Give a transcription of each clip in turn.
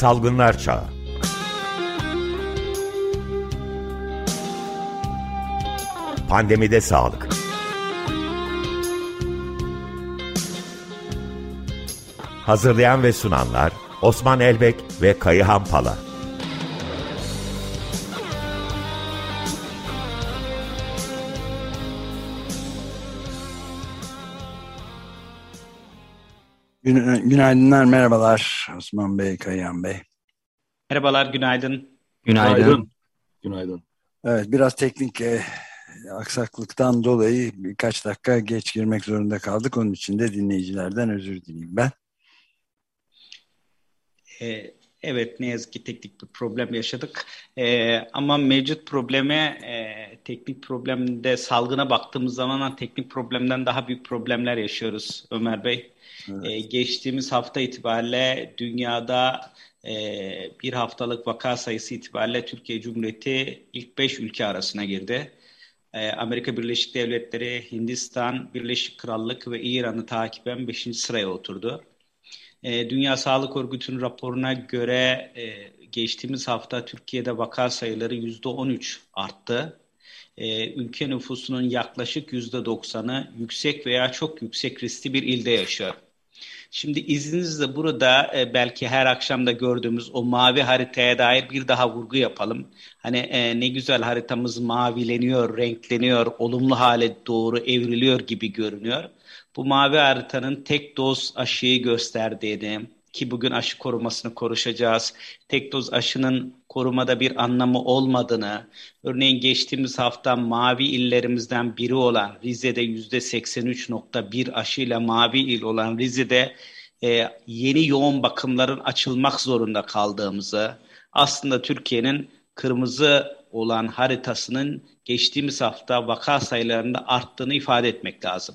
Salgınlar Çağı. Pandemide sağlık. Hazırlayan ve sunanlar Osman Elbek ve Kayıhan Pala. Günaydınlar, merhabalar Osman Bey, Kayıhan Bey. Merhabalar, günaydın. Günaydın. Evet, biraz teknik aksaklıktan dolayı birkaç dakika geç girmek zorunda kaldık. Onun için de dinleyicilerden özür dileyim ben. Evet, ne yazık ki teknik bir problem yaşadık. Ama mevcut probleme, teknik problemde salgına baktığımız zaman teknik problemden daha büyük problemler yaşıyoruz Ömer Bey. Evet. Geçtiğimiz hafta itibariyle dünyada bir haftalık vaka sayısı itibariyle Türkiye Cumhuriyeti ilk 5 ülke arasına girdi. Amerika Birleşik Devletleri, Hindistan, Birleşik Krallık ve İran'ı takiben 5. sıraya oturdu. Dünya Sağlık Örgütü'nün raporuna göre geçtiğimiz hafta Türkiye'de vaka sayıları %13 arttı. Ülke nüfusunun yaklaşık %90'ı yüksek veya çok yüksek riskli bir ilde yaşıyor. Şimdi izninizle burada belki her akşam da gördüğümüz o mavi haritaya dair bir daha vurgu yapalım. Hani ne güzel haritamız mavileniyor, renkleniyor, olumlu hale doğru evriliyor gibi görünüyor. Bu mavi haritanın tek doz aşıyı gösterdiğini ki bugün aşı korumasını konuşacağız. Tek doz aşının korumada bir anlamı olmadığını, örneğin geçtiğimiz hafta mavi illerimizden biri olan Rize'de %83.1 aşıyla mavi il olan Rize'de yeni yoğun bakımların açılmak zorunda kaldığımızı, aslında Türkiye'nin kırmızı olan haritasının geçtiğimiz hafta vaka sayılarında arttığını ifade etmek lazım.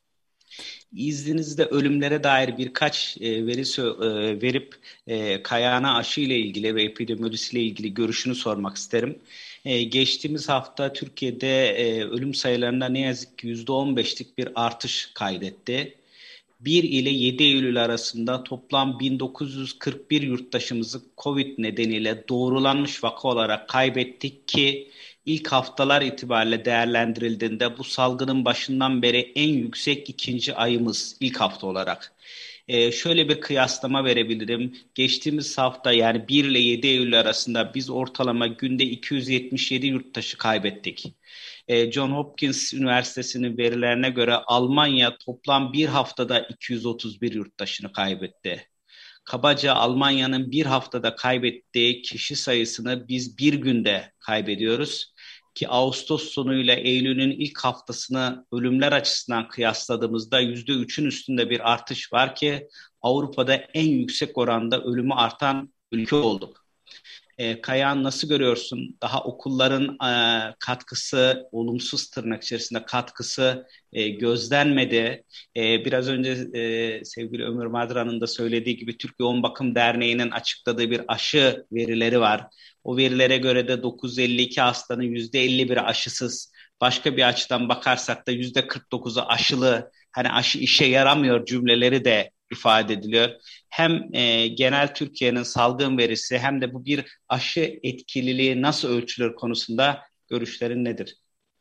İzninizle ölümlere dair birkaç veri verip Kayağan'a aşı ile ilgili ve epidemiolojisiyle ilgili görüşünü sormak isterim. Geçtiğimiz hafta Türkiye'de ölüm sayılarında ne yazık ki %15'lik bir artış kaydetti. 1 ile 7 Eylül arasında toplam 1941 yurttaşımızı COVID nedeniyle doğrulanmış vaka olarak kaybettik ki ilk haftalar itibariyle değerlendirildiğinde bu salgının başından beri en yüksek ikinci ayımız ilk hafta olarak. Şöyle bir kıyaslama verebilirim. Geçtiğimiz hafta yani 1 ile 7 Eylül arasında biz ortalama günde 277 yurttaşı kaybettik. John Hopkins Üniversitesi'nin verilerine göre Almanya toplam bir haftada 231 yurttaşını kaybetti. Kabaca Almanya'nın bir haftada kaybettiği kişi sayısını biz bir günde kaybediyoruz. Ki Ağustos sonuyla Eylül'ün ilk haftasını ölümler açısından kıyasladığımızda %3'ün üstünde bir artış var ki Avrupa'da en yüksek oranda ölümü artan ülke olduk. Kayağan nasıl görüyorsun? Daha okulların katkısı, olumsuz tırnak içerisinde katkısı gözlenmedi. Biraz önce sevgili Ömür Madra'nın da söylediği gibi Türk Yoğun Bakım Derneği'nin açıkladığı bir aşı verileri var. O verilere göre de 952 hastanın %51'i aşısız. Başka bir açıdan bakarsak da %49'u aşılı. Hani aşı işe yaramıyor cümleleri de ifade ediliyor. Hem genel Türkiye'nin salgın verisi hem de bu bir aşı etkililiği nasıl ölçülür konusunda görüşlerin nedir?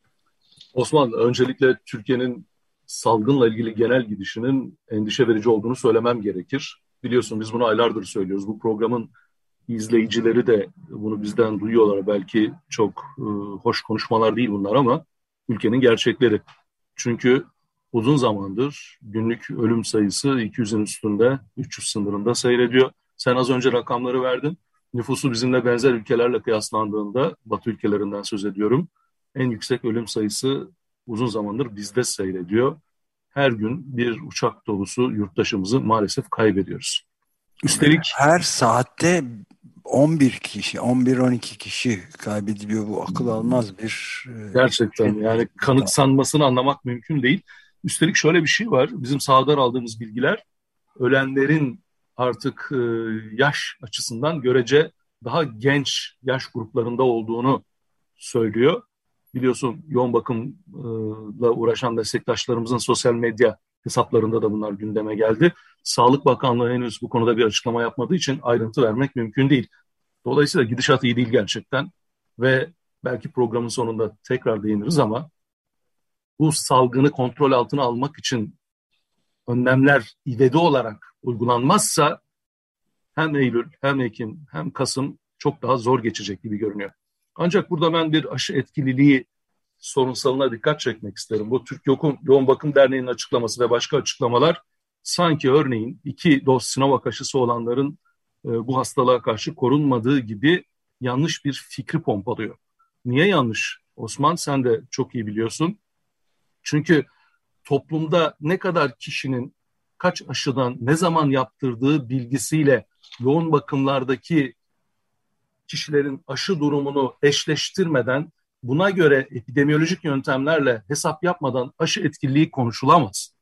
Osman, öncelikle Türkiye'nin salgınla ilgili genel gidişinin endişe verici olduğunu söylemem gerekir. Biliyorsun biz bunu aylardır söylüyoruz. Bu programın izleyicileri de bunu bizden duyuyorlar. Belki çok hoş konuşmalar değil bunlar ama ülkenin gerçekleri. Çünkü uzun zamandır günlük ölüm sayısı 200'ün üstünde, 300 sınırında seyrediyor. Sen az önce rakamları verdin. Nüfusu bizimle benzer ülkelerle kıyaslandığında, Batı ülkelerinden söz ediyorum, en yüksek ölüm sayısı uzun zamandır bizde seyrediyor. Her gün bir uçak dolusu yurttaşımızı maalesef kaybediyoruz. Üstelik her saatte 11 kişi, 11-12 kişi kaybediliyor. Bu akıl almaz bir gerçekten yani kanıksanmasını anlamak mümkün değil. Üstelik şöyle bir şey var. Bizim sahadan aldığımız bilgiler ölenlerin artık yaş açısından görece daha genç yaş gruplarında olduğunu söylüyor. Biliyorsun yoğun bakımla uğraşan meslektaşlarımızın sosyal medya hesaplarında da bunlar gündeme geldi. Sağlık Bakanlığı henüz bu konuda bir açıklama yapmadığı için ayrıntı vermek mümkün değil. Dolayısıyla gidişat iyi değil gerçekten ve belki programın sonunda tekrar değiniriz ama bu salgını kontrol altına almak için önlemler ivedi olarak uygulanmazsa hem Eylül, hem Ekim, hem Kasım çok daha zor geçecek gibi görünüyor. Ancak burada ben bir aşı etkililiği sorunsalına dikkat çekmek isterim. Bu Türk Yoğun Bakım Derneği'nin açıklaması ve başka açıklamalar sanki örneğin 2 doz Sinovac aşısı olanların bu hastalığa karşı korunmadığı gibi yanlış bir fikri pompalıyor. Niye yanlış? Osman, sen de çok iyi biliyorsun. Çünkü toplumda ne kadar kişinin kaç aşıdan ne zaman yaptırdığı bilgisiyle yoğun bakımlardaki kişilerin aşı durumunu eşleştirmeden, buna göre epidemiyolojik yöntemlerle hesap yapmadan aşı etkililiği konuşulamaz.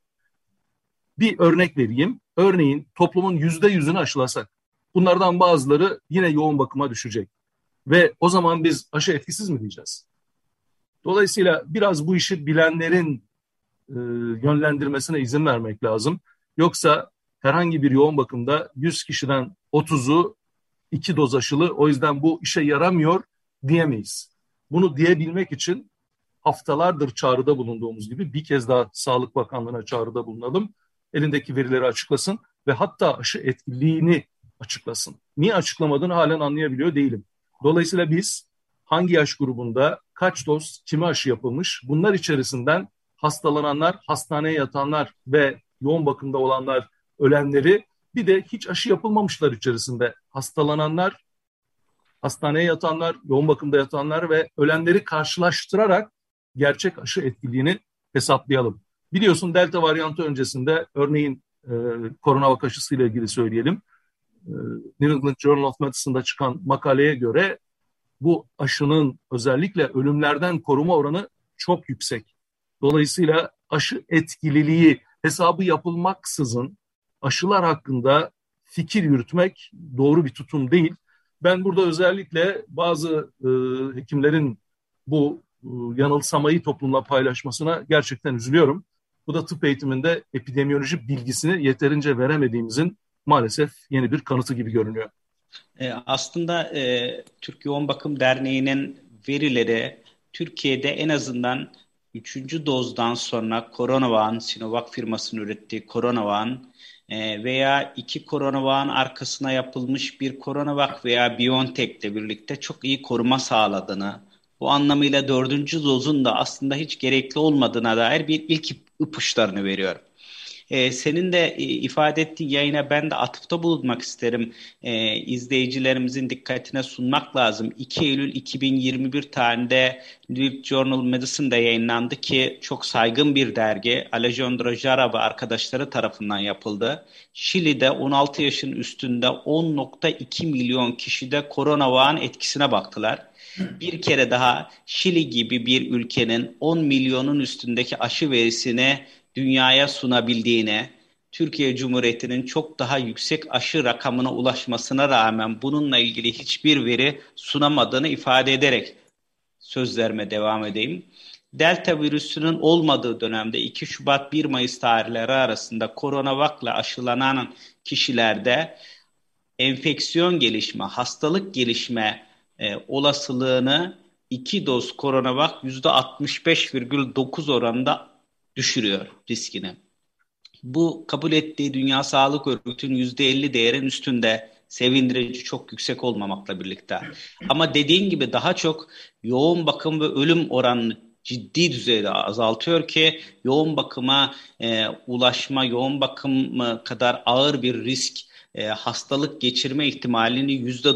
Bir örnek vereyim. Örneğin toplumun %100'ünü aşılasak, bunlardan bazıları yine yoğun bakıma düşecek. Ve o zaman biz aşı etkisiz mi diyeceğiz? Dolayısıyla biraz bu işi bilenlerin yönlendirmesine izin vermek lazım. Yoksa herhangi bir yoğun bakımda 100 kişiden 30'u 2 doz aşılı, o yüzden bu işe yaramıyor diyemeyiz. Bunu diyebilmek için haftalardır çağrıda bulunduğumuz gibi bir kez daha Sağlık Bakanlığı'na çağrıda bulunalım. Elindeki verileri açıklasın ve hatta aşı etkiliğini açıklasın. Niye açıklamadığını halen anlayabiliyor değilim. Dolayısıyla biz hangi yaş grubunda kaç doz kime aşı yapılmış, bunlar içerisinden hastalananlar, hastaneye yatanlar ve yoğun bakımda olanlar, ölenleri, bir de hiç aşı yapılmamışlar içerisinde hastalananlar, hastaneye yatanlar, yoğun bakımda yatanlar ve ölenleri karşılaştırarak gerçek aşı etkiliğini hesaplayalım. Biliyorsun delta varyantı öncesinde örneğin koronavak aşısı ile ilgili söyleyelim. New England Journal of Medicine'da çıkan makaleye göre bu aşının özellikle ölümlerden koruma oranı çok yüksek. Dolayısıyla aşı etkililiği hesabı yapılmaksızın aşılar hakkında fikir yürütmek doğru bir tutum değil. Ben burada özellikle bazı hekimlerin bu yanılsamayı toplumla paylaşmasına gerçekten üzülüyorum. Bu da tıp eğitiminde epidemiyoloji bilgisini yeterince veremediğimizin maalesef yeni bir kanıtı gibi görünüyor. Aslında Türk Yoğun Bakım Derneği'nin verileri Türkiye'de en azından 3. dozdan sonra CoronaVac'ın, Sinovac firmasının ürettiği CoronaVac'ın veya 2 CoronaVac'ın arkasına yapılmış bir CoronaVac veya BioNTech'le birlikte çok iyi koruma sağladığını, bu anlamıyla 4. dozun da aslında hiç gerekli olmadığına dair bir ilk ipuçlarını veriyor. Senin de ifade ettiğin yayına ben de atıfta bulunmak isterim. İzleyicilerimizin dikkatine sunmak lazım. 2 Eylül 2021 tarihinde New England Journal of Medicine'da yayınlandı ki çok saygın bir dergi. Alejandro Jara ve arkadaşları tarafından yapıldı. Şili'de 16 yaşın üstünde 10.2 milyon kişide koronavağın etkisine baktılar. Bir kere daha Şili gibi bir ülkenin 10 milyonun üstündeki aşı verisini dünyaya sunabildiğine, Türkiye Cumhuriyeti'nin çok daha yüksek aşı rakamına ulaşmasına rağmen bununla ilgili hiçbir veri sunamadığını ifade ederek sözlerime devam edeyim. Delta virüsünün olmadığı dönemde 2 Şubat 1 Mayıs tarihleri arasında koronavakla aşılanan kişilerde enfeksiyon gelişme, hastalık gelişme olasılığını 2 doz koronavak %65,9 oranında düşürüyor riskini. Bu kabul ettiği Dünya Sağlık Örgütü'nün %50 değerin üstünde, sevindirici, çok yüksek olmamakla birlikte. Ama dediğin gibi daha çok yoğun bakım ve ölüm oranını ciddi düzeyde azaltıyor ki yoğun bakıma ulaşma, yoğun bakım kadar ağır bir risk, hastalık geçirme ihtimalini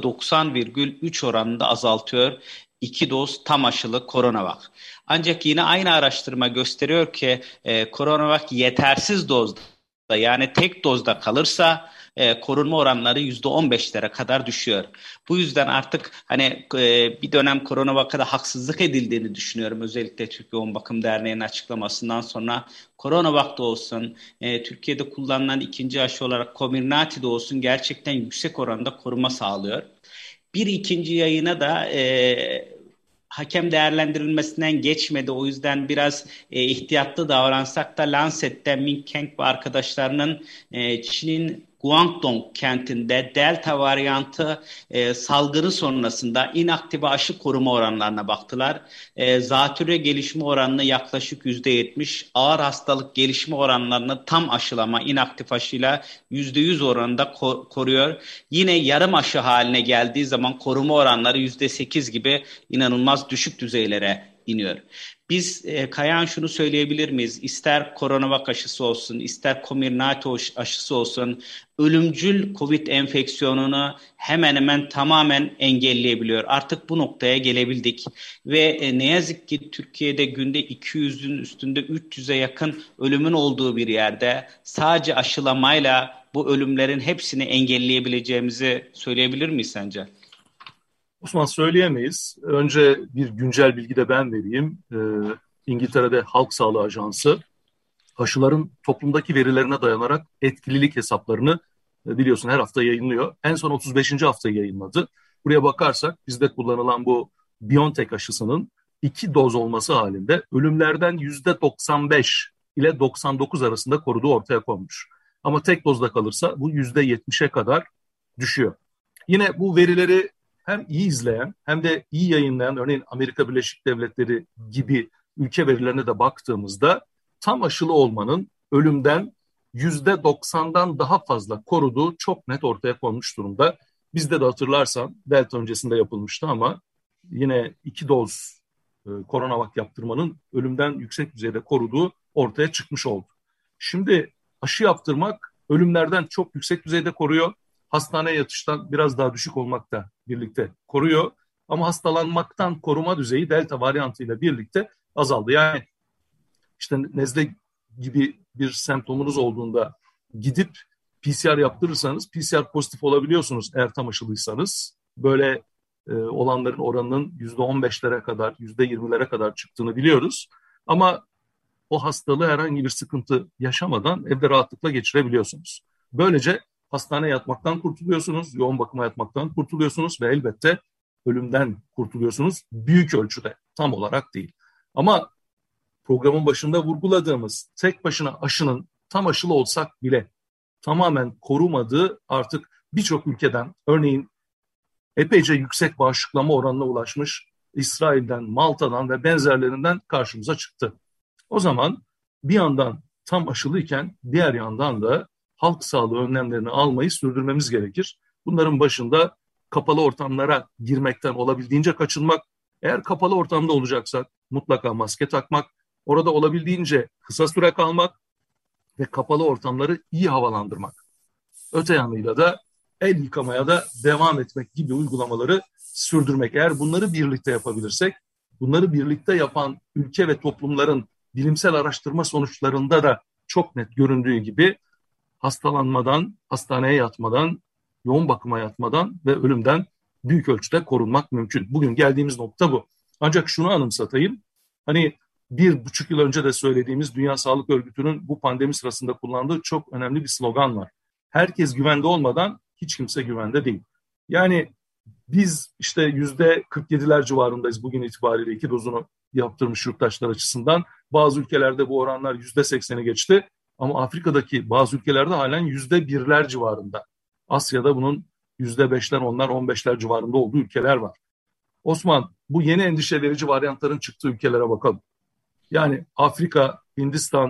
%90,3 oranında azaltıyor. 2 doz tam aşılı CoronaVac. Ancak yine aynı araştırma gösteriyor ki CoronaVac yetersiz dozda, yani tek dozda kalırsa korunma oranları %15'lere kadar düşüyor. Bu yüzden artık bir dönem CoronaVac'a da haksızlık edildiğini düşünüyorum. Özellikle Türk Yoğun Bakım Derneği'nin açıklamasından sonra CoronaVac'da olsun, Türkiye'de kullanılan ikinci aşı olarak Comirnaty'de olsun gerçekten yüksek oranda koruma sağlıyor. Bir ikinci yayına da hakem değerlendirilmesinden geçmedi. O yüzden biraz ihtiyatlı davransak da Lancet'te Ming Kang ve arkadaşlarının Çin'in Guangdong kentinde Delta varyantı salgını sonrasında inaktive aşı koruma oranlarına baktılar. Zatürre gelişme oranını yaklaşık %70, ağır hastalık gelişme oranlarını tam aşılama inaktif aşıyla %100 oranında koruyor. Yine yarım aşı haline geldiği zaman koruma oranları %8 gibi inanılmaz düşük düzeylere iniyor. Biz Kayahan şunu söyleyebilir miyiz? İster Coronavac aşısı olsun, ister Comirnaty aşısı olsun, ölümcül COVID enfeksiyonunu hemen hemen tamamen engelleyebiliyor. Artık bu noktaya gelebildik ve ne yazık ki Türkiye'de günde 200'ün üstünde 300'e yakın ölümün olduğu bir yerde sadece aşılamayla bu ölümlerin hepsini engelleyebileceğimizi söyleyebilir miyiz sence? Osman, söyleyemeyiz. Önce bir güncel bilgi de ben vereyim. İngiltere'de Halk Sağlığı Ajansı aşıların toplumdaki verilerine dayanarak etkililik hesaplarını biliyorsun her hafta yayınlıyor. En son 35. haftayı yayınladı. Buraya bakarsak bizde kullanılan bu BioNTech aşısının 2 doz olması halinde ölümlerden %95 ile 99 arasında koruduğu ortaya konmuş. Ama tek dozda kalırsa bu %70'e kadar düşüyor. Yine bu verileri hem iyi izleyen hem de iyi yayınlayan, örneğin Amerika Birleşik Devletleri gibi ülke verilerine de baktığımızda tam aşılı olmanın ölümden %90'dan daha fazla koruduğu çok net ortaya konmuş durumda. Bizde de hatırlarsan Delta öncesinde yapılmıştı ama yine 2 doz Coronavac yaptırmanın ölümden yüksek düzeyde koruduğu ortaya çıkmış oldu. Şimdi aşı yaptırmak ölümlerden çok yüksek düzeyde koruyor. Hastaneye yatıştan biraz daha düşük olmakla birlikte koruyor. Ama hastalanmaktan koruma düzeyi Delta varyantıyla birlikte azaldı. Yani işte nezle gibi bir semptomunuz olduğunda gidip PCR yaptırırsanız PCR pozitif olabiliyorsunuz eğer tam aşılıysanız. Böyle olanların oranının %15'lere kadar, %20'lere kadar çıktığını biliyoruz. Ama o hastalığı herhangi bir sıkıntı yaşamadan evde rahatlıkla geçirebiliyorsunuz. Böylece hastaneye yatmaktan kurtuluyorsunuz, yoğun bakıma yatmaktan kurtuluyorsunuz ve elbette ölümden kurtuluyorsunuz büyük ölçüde, tam olarak değil. Ama programın başında vurguladığımız tek başına aşının tam aşılı olsak bile tamamen korumadığı artık birçok ülkeden, örneğin epeyce yüksek bağışıklama oranına ulaşmış İsrail'den, Malta'dan ve benzerlerinden karşımıza çıktı. O zaman bir yandan tam aşılıyken diğer yandan da halk sağlığı önlemlerini almayı sürdürmemiz gerekir. Bunların başında kapalı ortamlara girmekten olabildiğince kaçınmak, eğer kapalı ortamda olacaksak mutlaka maske takmak, orada olabildiğince kısa süre kalmak ve kapalı ortamları iyi havalandırmak. Öte yanıyla da el yıkamaya da devam etmek gibi uygulamaları sürdürmek. Eğer bunları birlikte yapabilirsek, bunları birlikte yapan ülke ve toplumların bilimsel araştırma sonuçlarında da çok net göründüğü gibi hastalanmadan, hastaneye yatmadan, yoğun bakıma yatmadan ve ölümden büyük ölçüde korunmak mümkün. Bugün geldiğimiz nokta bu. Ancak şunu anımsatayım. Hani 1,5 yıl önce de söylediğimiz Dünya Sağlık Örgütü'nün bu pandemi sırasında kullandığı çok önemli bir slogan var. Herkes güvende olmadan hiç kimse güvende değil. Yani biz işte %47'ler civarındayız bugün itibariyle 2 dozunu yaptırmış yurttaşlar açısından. Bazı ülkelerde bu oranlar %80'i geçti. Ama Afrika'daki bazı ülkelerde halen %1'ler civarında. Asya'da bunun %5'ler, 10'lar, 15'ler civarında olduğu ülkeler var. Osman, bu yeni endişe verici varyantların çıktığı ülkelere bakalım. Yani Afrika, Hindistan,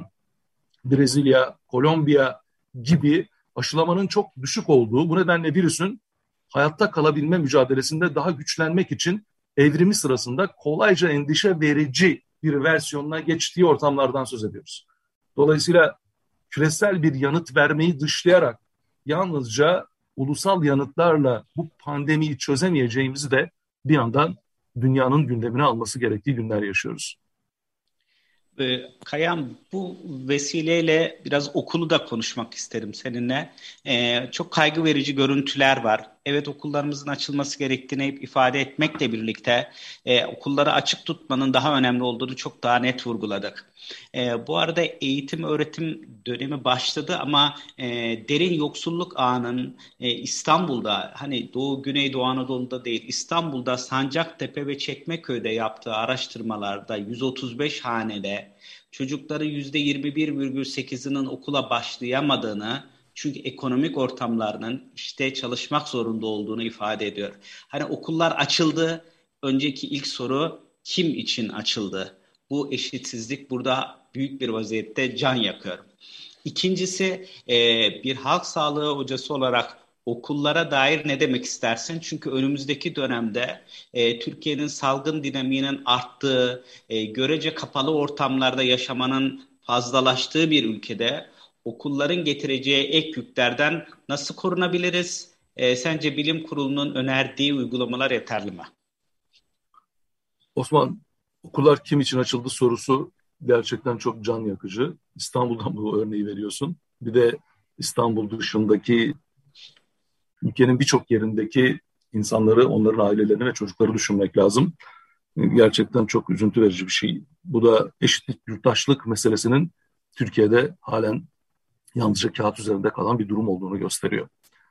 Brezilya, Kolombiya gibi aşılamanın çok düşük olduğu, bu nedenle virüsün hayatta kalabilme mücadelesinde daha güçlenmek için evrimi sırasında kolayca endişe verici bir versiyonuna geçtiği ortamlardan söz ediyoruz. Dolayısıyla küresel bir yanıt vermeyi dışlayarak yalnızca ulusal yanıtlarla bu pandemiyi çözemeyeceğimizi de bir yandan dünyanın gündemine alması gerektiği günler yaşıyoruz. Kayan, bu vesileyle biraz okulu da konuşmak isterim seninle. Çok kaygı verici görüntüler var. evet okullarımızın açılması gerektiğini hep ifade etmekle birlikte okulları açık tutmanın daha önemli olduğunu çok daha net vurguladık. Bu arada eğitim öğretim dönemi başladı ama derin yoksulluk ağının İstanbul'da, hani Doğu, Güneydoğu Anadolu'da değil, İstanbul'da Sancaktepe ve Çekmeköy'de yaptığı araştırmalarda 135 hanede çocukları %21,8'inin okula başlayamadığını, çünkü ekonomik ortamlarının işte çalışmak zorunda olduğunu ifade ediyor. Hani okullar açıldı. Önceki ilk soru, kim için açıldı? Bu eşitsizlik burada büyük bir vaziyette can yakıyor. İkincisi, bir halk sağlığı hocası olarak okullara dair ne demek istersin? Çünkü önümüzdeki dönemde Türkiye'nin salgın dinamiğinin arttığı, görece kapalı ortamlarda yaşamanın fazlalaştığı bir ülkede okulların getireceği ek yüklerden nasıl korunabiliriz? Sence bilim kurulunun önerdiği uygulamalar yeterli mi? Osman, okullar kim için açıldı sorusu gerçekten çok can yakıcı. İstanbul'dan bu örneği veriyorsun. Bir de İstanbul dışındaki ülkenin birçok yerindeki insanları, onların ailelerini ve çocukları düşünmek lazım. Gerçekten çok üzüntü verici bir şey. Bu da eşitlik, yurttaşlık meselesinin Türkiye'de halen yalnızca kağıt üzerinde kalan bir durum olduğunu gösteriyor.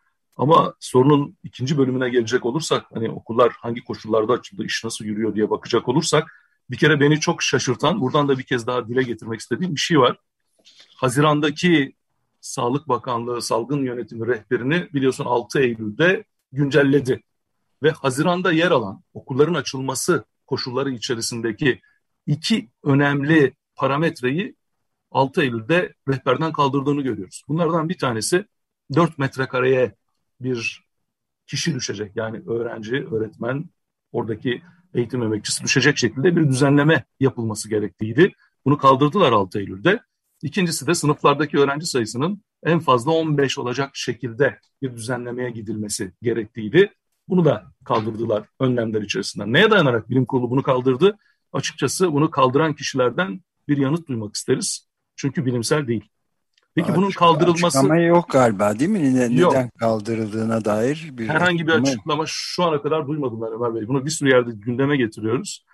Ama sorunun ikinci bölümüne gelecek olursak, hani okullar hangi koşullarda açıldı, iş nasıl yürüyor diye bakacak olursak, bir kere beni çok şaşırtan, buradan da bir kez daha dile getirmek istediğim bir şey var. Haziran'daki Sağlık Bakanlığı salgın yönetimi rehberini biliyorsun 6 Eylül'de güncelledi. Ve Haziran'da yer alan okulların açılması koşulları içerisindeki iki önemli parametreyi 6 Eylül'de rehberden kaldırdığını görüyoruz. Bunlardan bir tanesi 4 metrekareye bir kişi düşecek. Yani öğrenci, öğretmen, oradaki eğitim emekçisi düşecek şekilde bir düzenleme yapılması gerektiğiydi. Bunu kaldırdılar 6 Eylül'de. İkincisi de sınıflardaki öğrenci sayısının en fazla 15 olacak şekilde bir düzenlemeye gidilmesi gerektiğiydi. Bunu da kaldırdılar önlemler içerisinden. Neye dayanarak bilim kurulu bunu kaldırdı? Açıkçası bunu kaldıran kişilerden bir yanıt duymak isteriz. Çünkü bilimsel değil. Peki bunun kaldırılması... Açıklama yok galiba değil mi? Yok. Neden kaldırıldığına dair bir herhangi bir açıklama şu ana kadar duymadım ben Ömer Bey. Bunu bir sürü yerde gündeme getiriyoruz.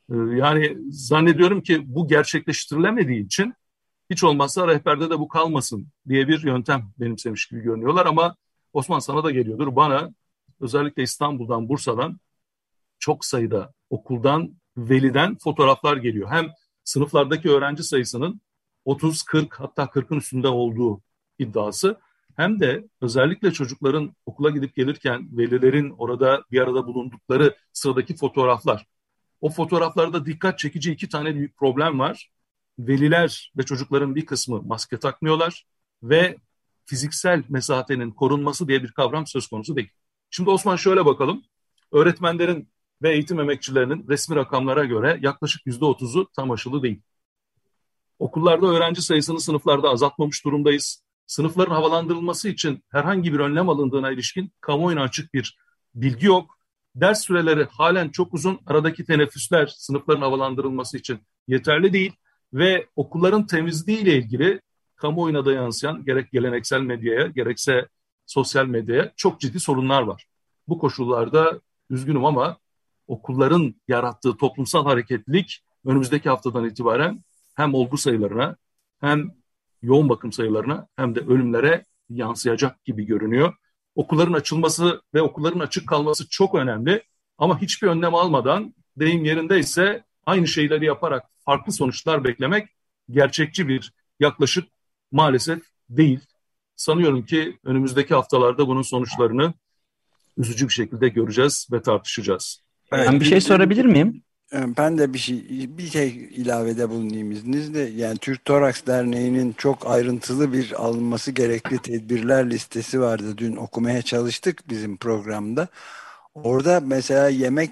Yani zannediyorum ki bu gerçekleştirilemediği için hiç olmazsa rehberde de bu kalmasın diye bir yöntem benimsemiş gibi görünüyorlar. Ama Osman, sana da geliyordur. Bana özellikle İstanbul'dan, Bursa'dan çok sayıda okuldan, veliden fotoğraflar geliyor. Hem sınıflardaki öğrenci sayısının 30, 40 hatta 40'ın üstünde olduğu iddiası, hem de özellikle çocukların okula gidip gelirken velilerin orada bir arada bulundukları sıradaki fotoğraflar. O fotoğraflarda dikkat çekici iki tane büyük problem var. Veliler ve çocukların bir kısmı maske takmıyorlar ve fiziksel mesafenin korunması diye bir kavram söz konusu değil. Şimdi Osman, şöyle bakalım. Öğretmenlerin ve eğitim emekçilerinin resmi rakamlara göre yaklaşık %30'u tam aşılı değil. Okullarda öğrenci sayısını sınıflarda azaltmamış durumdayız. Sınıfların havalandırılması için herhangi bir önlem alındığına ilişkin kamuoyuna açık bir bilgi yok. Ders süreleri halen çok uzun. Aradaki teneffüsler sınıfların havalandırılması için yeterli değil. Ve okulların temizliğiyle ilgili kamuoyuna da yansıyan gerek geleneksel medyaya gerekse sosyal medyaya çok ciddi sorunlar var. Bu koşullarda üzgünüm ama okulların yarattığı toplumsal hareketlilik önümüzdeki haftadan itibaren hem olgu sayılarına hem yoğun bakım sayılarına hem de ölümlere yansıyacak gibi görünüyor. Okulların açılması ve okulların açık kalması çok önemli ama hiçbir önlem almadan, deyim yerindeyse aynı şeyleri yaparak farklı sonuçlar beklemek gerçekçi bir yaklaşık maalesef değil. Sanıyorum ki önümüzdeki haftalarda bunun sonuçlarını üzücü bir şekilde göreceğiz ve tartışacağız. Ben bir şey sorabilir miyim? Ben de bir şey ilavede bulunayım izninizle. Yani Türk Toraks Derneği'nin çok ayrıntılı bir alınması gerekli tedbirler listesi vardı. Dün okumaya çalıştık bizim programda. Orada mesela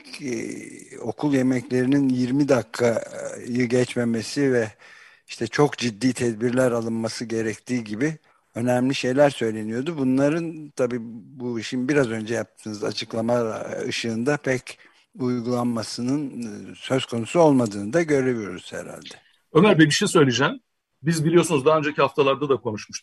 okul yemeklerinin 20 dakikayı geçmemesi ve işte çok ciddi tedbirler alınması gerektiği gibi önemli şeyler söyleniyordu. Bunların tabii bu işin biraz önce yaptığınız açıklama ışığında pek uygulanmasının söz konusu olmadığını da görüyoruz herhalde. Ömer Bey, bir şey söyleyeceğim. Biz biliyorsunuz daha önceki haftalarda da konuşmuştuk.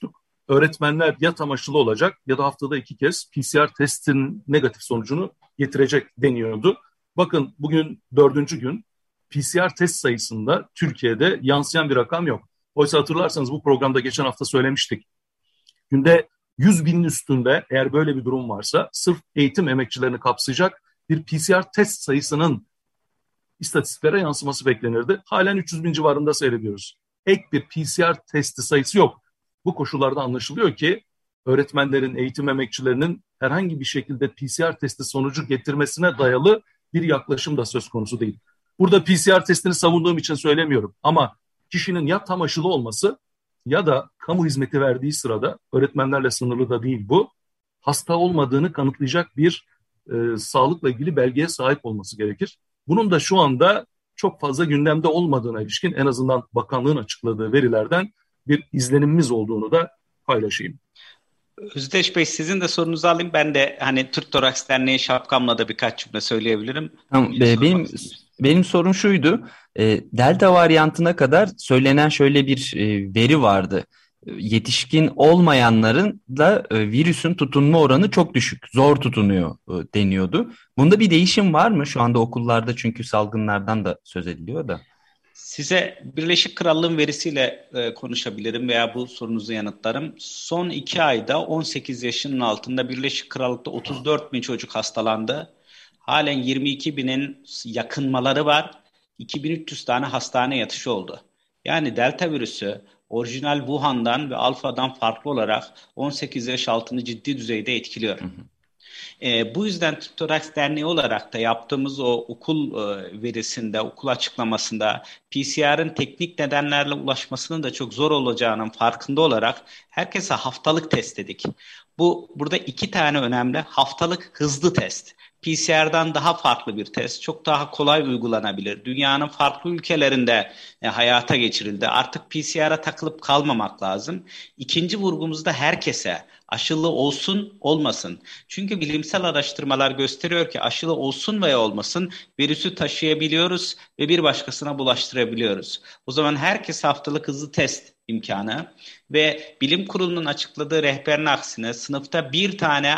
öğretmenler ya tam aşılı olacak ya da haftada 2 kez PCR testinin negatif sonucunu getirecek deniyordu. Bakın bugün 4. gün PCR test sayısında Türkiye'de yansıyan bir rakam yok. Oysa hatırlarsanız bu programda geçen hafta söylemiştik. Günde 100 binin üstünde eğer böyle bir durum varsa sırf eğitim emekçilerini kapsayacak bir PCR test sayısının istatistiklere yansıması beklenirdi. Halen 300 bin civarında seyrediyoruz. Ek bir PCR testi sayısı yok. Bu koşullarda anlaşılıyor ki öğretmenlerin, eğitim emekçilerinin herhangi bir şekilde PCR testi sonucu getirmesine dayalı bir yaklaşım da söz konusu değil. Burada PCR testini savunduğum için söylemiyorum ama kişinin ya tam aşılı olması ya da kamu hizmeti verdiği sırada, öğretmenlerle sınırlı da değil bu, hasta olmadığını kanıtlayacak bir sağlıkla ilgili belgeye sahip olması gerekir. Bunun da şu anda çok fazla gündemde olmadığına ilişkin en azından bakanlığın açıkladığı verilerden bir izlenimimiz olduğunu da paylaşayım. Özdeş Bey, sizin de sorunuzu alayım. Ben de hani Türk Toraks Derneği şapkamla da birkaç cümle söyleyebilirim. Tamam, benim sorum şuydu. Delta varyantına kadar söylenen şöyle bir veri vardı. Yetişkin olmayanların da virüsün tutunma oranı çok düşük, zor tutunuyor deniyordu. Bunda bir değişim var mı? Şu anda okullarda çünkü salgınlardan da söz ediliyor da. Size Birleşik Krallığın verisiyle konuşabilirim veya bu sorunuzu yanıtlarım. Son 2 ayda 18 yaşının altında Birleşik Krallık'ta 34 bin çocuk hastalandı. Halen 22 binin yakınmaları var. 2300 tane hastane yatışı oldu. Yani delta virüsü orijinal Wuhan'dan ve Alfa'dan farklı olarak 18 yaş altını ciddi düzeyde etkiliyor. Bu yüzden Türk Toraks Derneği olarak da yaptığımız o okul verisinde, okul açıklamasında PCR'ın teknik nedenlerle ulaşmasının da çok zor olacağının farkında olarak herkese haftalık test dedik. Burada 2 tane önemli haftalık hızlı test. PCR'dan daha farklı bir test, çok daha kolay uygulanabilir. Dünyanın farklı ülkelerinde hayata geçirildi. Artık PCR'a takılıp kalmamak lazım. İkinci vurgumuzda herkese aşılı olsun olmasın. Çünkü bilimsel araştırmalar gösteriyor ki aşılı olsun veya olmasın virüsü taşıyabiliyoruz ve bir başkasına bulaştırabiliyoruz. O zaman herkes haftalık hızlı test imkanı ve bilim kurulunun açıkladığı rehberin aksine sınıfta bir tane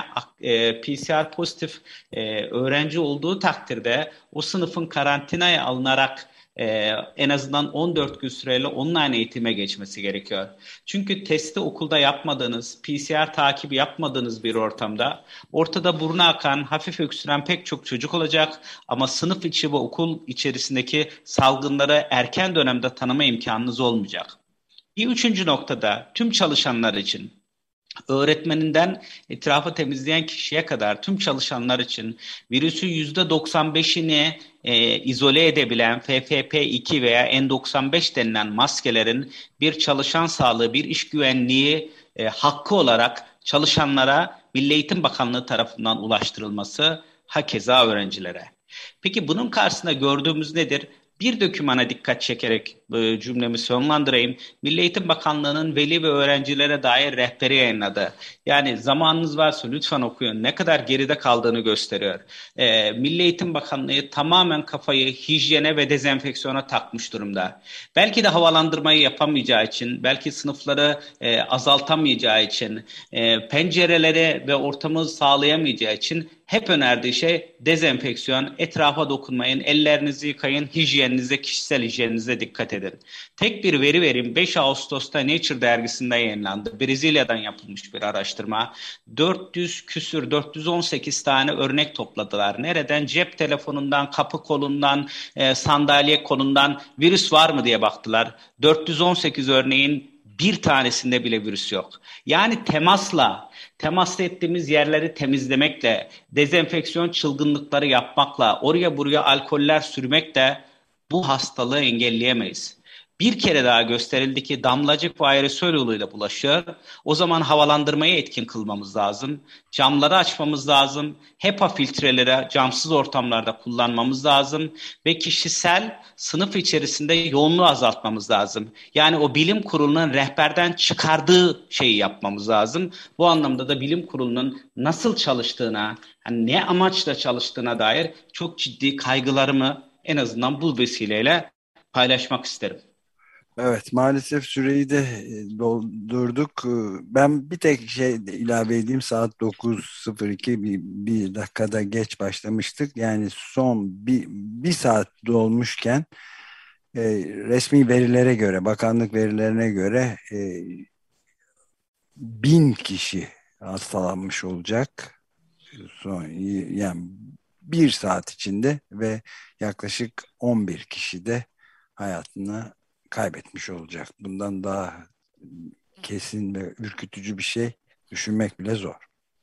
PCR pozitif öğrenci olduğu takdirde o sınıfın karantinaya alınarak en azından 14 gün süreyle online eğitime geçmesi gerekiyor. Çünkü testi okulda yapmadığınız, PCR takibi yapmadığınız bir ortamda ortada burnu akan, hafif öksüren pek çok çocuk olacak ama sınıf içi ve okul içerisindeki salgınları erken dönemde tanıma imkanınız olmayacak. Bir üçüncü noktada tüm çalışanlar için, öğretmeninden etrafı temizleyen kişiye kadar tüm çalışanlar için virüsü %95'ini izole edebilen FFP2 veya N95 denilen maskelerin bir çalışan sağlığı, bir iş güvenliği hakkı olarak çalışanlara Milli Eğitim Bakanlığı tarafından ulaştırılması, hakeza öğrencilere. Peki bunun karşısında gördüğümüz nedir? Bir dokümana dikkat çekerek cümlemi sonlandırayım. Milli Eğitim Bakanlığı'nın veli ve öğrencilere dair rehberi yayınladı. Yani zamanınız varsa lütfen okuyun. Ne kadar geride kaldığını gösteriyor. Milli Eğitim Bakanlığı tamamen kafayı hijyene ve dezenfeksiyona takmış durumda. Belki de havalandırmayı yapamayacağı için, belki sınıfları azaltamayacağı için, pencereleri ve ortamı sağlayamayacağı için hep önerdiği şey dezenfeksiyon, etrafa dokunmayın, ellerinizi yıkayın, hijyeninize, kişisel hijyeninize dikkat edin. Tek bir veri vereyim. 5 Ağustos'ta Nature dergisinde yayınlandı. Brezilya'dan yapılmış bir araştırma. 418 tane örnek topladılar. Nereden? Cep telefonundan, kapı kolundan, sandalye kolundan virüs var mı diye baktılar. 418 örneğin bir tanesinde bile virüs yok. Yani temasla ettiğimiz yerleri temizlemekle, dezenfeksiyon çılgınlıkları yapmakla, oraya buraya alkoller sürmekle bu hastalığı engelleyemeyiz. Bir kere daha gösterildi ki damlacık ve aerosol yoluyla bulaşıyor. O zaman havalandırmayı etkin kılmamız lazım. Camları açmamız lazım. HEPA filtreleri camsız ortamlarda kullanmamız lazım. Ve kişisel sınıf içerisinde yoğunluğu azaltmamız lazım. Yani o bilim kurulunun rehberden çıkardığı şeyi yapmamız lazım. Bu anlamda da bilim kurulunun nasıl çalıştığına, yani ne amaçla çalıştığına dair çok ciddi kaygılarımı en azından bu vesileyle paylaşmak isterim. Evet, maalesef süreyi de doldurduk. Ben bir tek şey ilave edeyim. Saat 9.02, bir dakikada geç başlamıştık. Yani son bir saat dolmuşken resmi verilere göre, bakanlık verilerine göre 1000 kişi hastalanmış olacak. Yani bir saat içinde ve yaklaşık 11 kişi de hayatını kaybetmiş olacak. Bundan daha kesin ve ürkütücü bir şey düşünmek bile zor.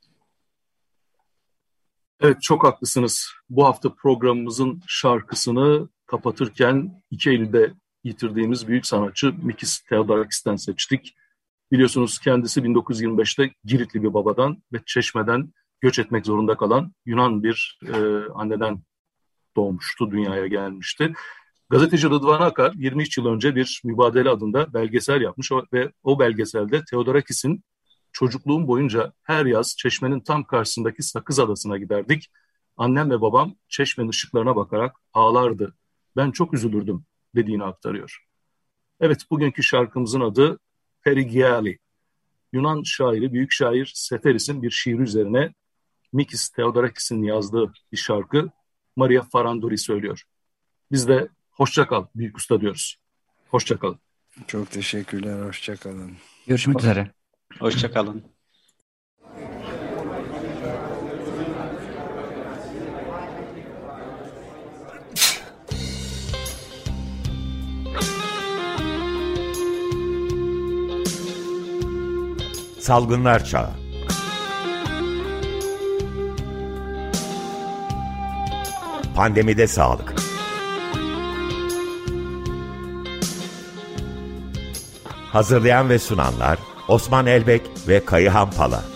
Evet, çok haklısınız. Bu hafta programımızın şarkısını kapatırken 2 Eylül'de yitirdiğimiz büyük sanatçı Mikis Theodorakis'ten seçtik. Biliyorsunuz kendisi 1925'te Giritli bir babadan ve Çeşme'den göç etmek zorunda kalan Yunan bir anneden doğmuştu, dünyaya gelmişti. Gazeteci Rıdvan Akar 23 yıl önce bir Mübadele adında belgesel yapmış ve o belgeselde Theodorakis'in çocukluğum boyunca her yaz Çeşme'nin tam karşısındaki Sakız Adası'na giderdik. Annem ve babam Çeşme'nin ışıklarına bakarak ağlardı. Ben çok üzülürdüm dediğini aktarıyor. Evet, bugünkü şarkımızın adı Perigiali. Yunan şairi, büyük şair Seferis'in bir şiiri üzerine Mikis Theodorakis'in yazdığı bir şarkı. Maria Faranduri söylüyor. Biz de hoşça kal büyük usta diyoruz. Hoşça kalın. Çok teşekkürler, hoşça kalın. Görüşmek üzere. Hoşça kalın. Salgınlar Çağı. Pandemide sağlık. Hazırlayan ve sunanlar Osman Elbek ve Kayıhan Pala.